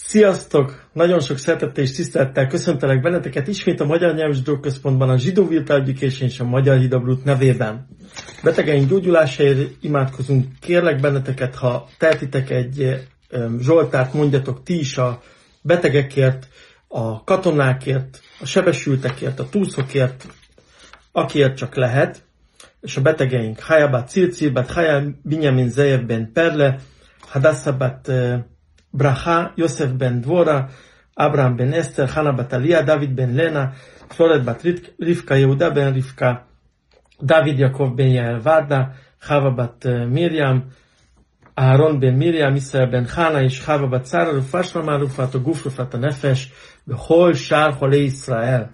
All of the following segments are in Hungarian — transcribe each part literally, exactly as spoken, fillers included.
Sziasztok! Nagyon sok szeretettel és tisztelettel köszöntelek benneteket ismét a Magyar Nyelv és Drogközpontban, a Zsidó Virtual Education és a Magyar Hidabrut nevében. Betegeink gyógyulásáért imádkozunk. Kérlek benneteket, ha tehetitek, egy zsoltárt mondjatok ti is a betegekért, a katonákért, a sebesültekért, a túszokért, akiért csak lehet, és a betegeink Hayabat Circilbat, Hayab Binyamin Zeyev ben Perle, Hadassabat Braha, Yosef ben Dvora, Abraham ben Esther, Hana bat Alia, David ben Lena, Floret bat Rivka, Yehuda ben Rivka, David Yakov ben Yael Varda, Chava bat Miriam, Aaron ben Miriam, Israel ben Hana és Chava bat Szara, Rufas Ramá, Rufat a Guf, Rufat a Nefes, Behol Sár Holé Israel.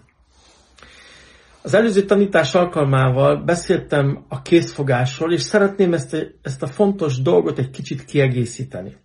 Az előző tanítás alkalmával beszéltem a készfogásról, és szeretném ezt, ezt a fontos dolgot egy kicsit kiegészíteni.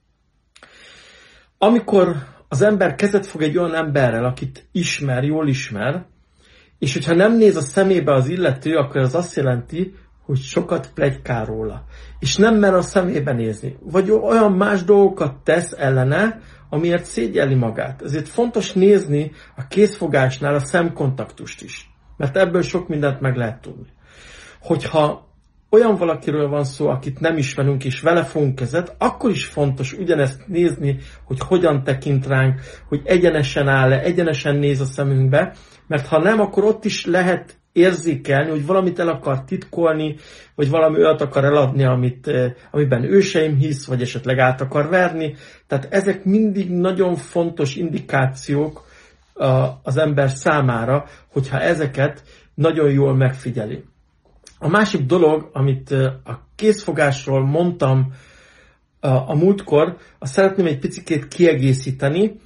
Amikor az ember kezet fog egy olyan emberrel, akit ismer, jól ismer, és hogyha nem néz a szemébe az illető, akkor az azt jelenti, hogy sokat pletykál róla. És nem mer a szemébe nézni. Vagy olyan más dolgokat tesz ellene, amiért szégyelli magát. Ezért fontos nézni a kézfogásnál a szemkontaktust is. Mert ebből sok mindent meg lehet tudni. Hogyha olyan valakiről van szó, akit nem ismerünk, és vele fogunk kezet, akkor is fontos ugyanezt nézni, hogy hogyan tekint ránk, hogy egyenesen áll-e, egyenesen néz a szemünkbe, mert ha nem, akkor ott is lehet érzékelni, hogy valamit el akar titkolni, vagy valami olyat akar eladni, amit, amiben ő sem hisz, vagy esetleg át akar verni. Tehát ezek mindig nagyon fontos indikációk az ember számára, hogyha ezeket nagyon jól megfigyeli. A másik dolog, amit a kézfogásról mondtam a múltkor, azt szeretném egy picikét kiegészíteni.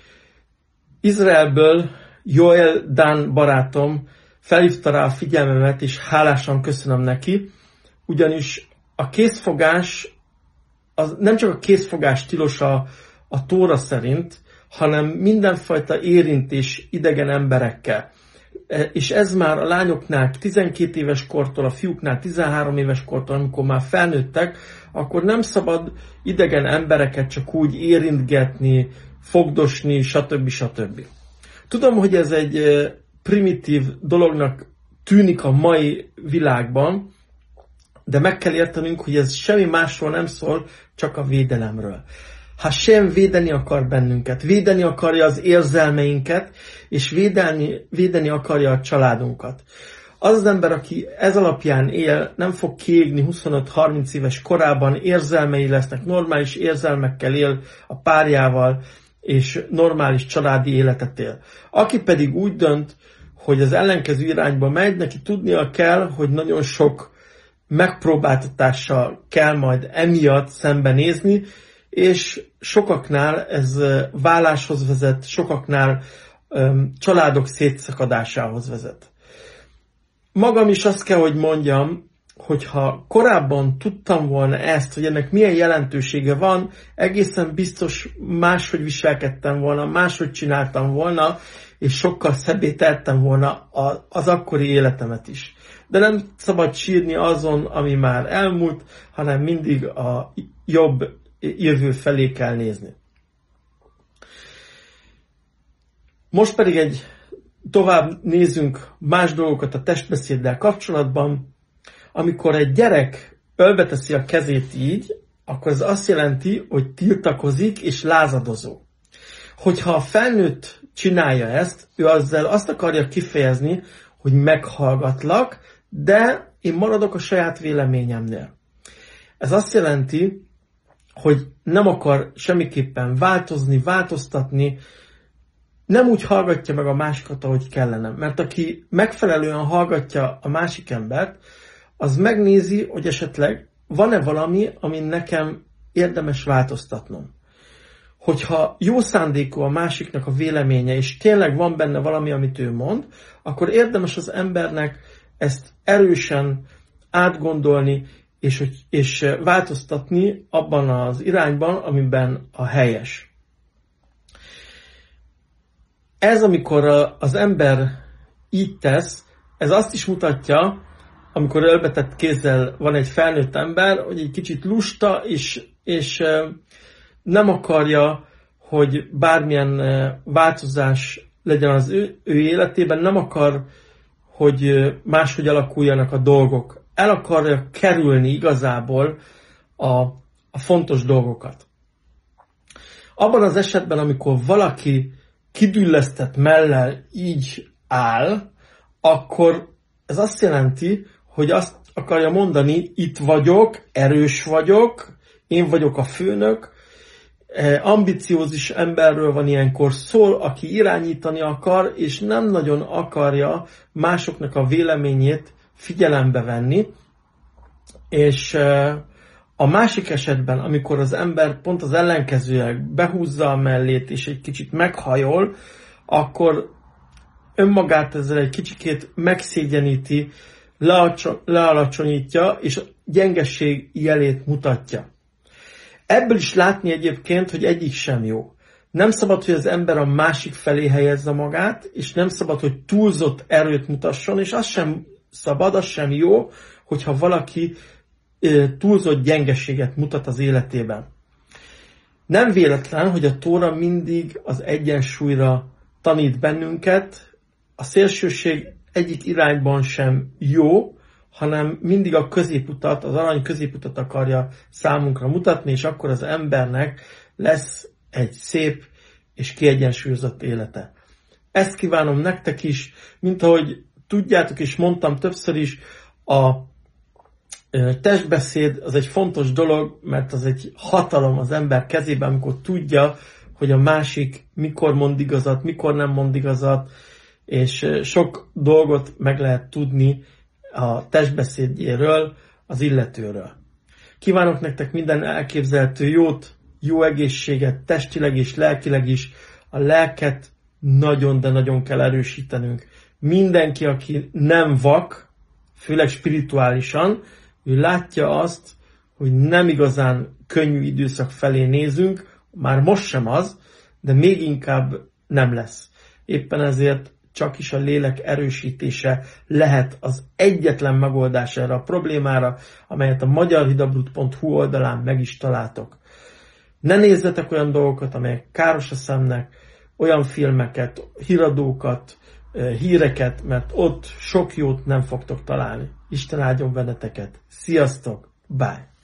Izraelből Joel Dan barátom felhívta rá a figyelmemet, és hálásan köszönöm neki, ugyanis a kézfogás, az nem csak a kézfogás tilos a, a Tóra szerint, hanem mindenfajta érintés idegen emberekkel. És ez már a lányoknál tizenkét éves kortól, a fiúknál tizenhárom éves kortól, amikor már felnőttek, akkor nem szabad idegen embereket csak úgy érintgetni, fogdosni, stb. stb. Tudom, hogy ez egy primitív dolognak tűnik a mai világban, de meg kell értenünk, hogy ez semmi másról nem szól, csak a védelemről. Hashem védeni akar bennünket, védeni akarja az érzelmeinket, és védelni, védeni akarja a családunkat. Az az ember, aki ez alapján él, nem fog kiégni huszonöt-harminc éves korában, érzelmei lesznek, normális érzelmekkel él a párjával, és normális családi életet él. Aki pedig úgy dönt, hogy az ellenkező irányba megy, neki tudnia kell, hogy nagyon sok megpróbáltatással kell majd emiatt szembenézni, és sokaknál ez válláshoz vezet, sokaknál um, családok szétszakadásához vezet. Magam is azt kell, hogy mondjam, hogyha korábban tudtam volna ezt, hogy ennek milyen jelentősége van, egészen biztos máshogy viselkedtem volna, máshogy csináltam volna, és sokkal szebbé tettem volna az akkori életemet is. De nem szabad sírni azon, ami már elmúlt, hanem mindig a jobb jövő felé kell nézni. Most pedig egy tovább nézzünk más dolgokat a testbeszéddel kapcsolatban. Amikor egy gyerek ölbeteszi a kezét így, akkor ez azt jelenti, hogy tiltakozik és lázadozó. Hogyha a felnőtt csinálja ezt, ő azzal azt akarja kifejezni, hogy meghallgatlak, de én maradok a saját véleményemnél. Ez azt jelenti, hogy nem akar semmiképpen változni, változtatni, nem úgy hallgatja meg a másikat, ahogy kellene. Mert aki megfelelően hallgatja a másik embert, az megnézi, hogy esetleg van-e valami, amin nekem érdemes változtatnom. Hogyha jó szándékú a másiknak a véleménye, és tényleg van benne valami, amit ő mond, akkor érdemes az embernek ezt erősen átgondolni, És, és változtatni abban az irányban, amiben a helyes. Ez, amikor az ember így tesz, ez azt is mutatja, amikor ölbetett kézzel van egy felnőtt ember, hogy egy kicsit lusta, és, és nem akarja, hogy bármilyen változás legyen az ő, ő életében, nem akar, hogy máshogy alakuljanak a dolgok. El akarja kerülni igazából a, a fontos dolgokat. Abban az esetben, amikor valaki kidüllesztett mellel így áll, akkor ez azt jelenti, hogy azt akarja mondani, itt vagyok, erős vagyok, én vagyok a főnök, ambiciózis emberről van ilyenkor szól, aki irányítani akar, és nem nagyon akarja másoknak a véleményét figyelembe venni, és a másik esetben, amikor az ember pont az ellenkezőleg behúzza a mellét, és egy kicsit meghajol, akkor önmagát ezzel egy kicsikét megszégyeníti, lealacsonyítja, és a gyengesség jelét mutatja. Ebből is látni egyébként, hogy egyik sem jó. Nem szabad, hogy az ember a másik felé helyezze magát, és nem szabad, hogy túlzott erőt mutasson, és az sem szabad, az sem jó, hogyha valaki túlzott gyengeséget mutat az életében. Nem véletlen, hogy a Tóra mindig az egyensúlyra tanít bennünket, a szélsőség egyik irányban sem jó, hanem mindig a középutat, az arany középutat akarja számunkra mutatni, és akkor az embernek lesz egy szép és kiegyensúlyozott élete. Ezt kívánom nektek is, mint ahogy tudjátok, és mondtam többször is, a testbeszéd az egy fontos dolog, mert az egy hatalom az ember kezében, amikor tudja, hogy a másik mikor mond igazat, mikor nem mond igazat, és sok dolgot meg lehet tudni a testbeszédjéről, az illetőről. Kívánok nektek minden elképzelhető jót, jó egészséget, testileg és lelkileg is. A lelket nagyon, de nagyon kell erősítenünk. Mindenki, aki nem vak, főleg spirituálisan, ő látja azt, hogy nem igazán könnyű időszak felé nézünk, már most sem az, de még inkább nem lesz. Éppen ezért csak is a lélek erősítése lehet az egyetlen megoldás erre a problémára, amelyet a magyar hidabrut pont hu oldalán meg is találtok. Ne nézzetek olyan dolgokat, amelyek káros a szemnek, olyan filmeket, híradókat, híreket, mert ott sok jót nem fogtok találni. Isten áldjon benneteket. Sziasztok! Bye!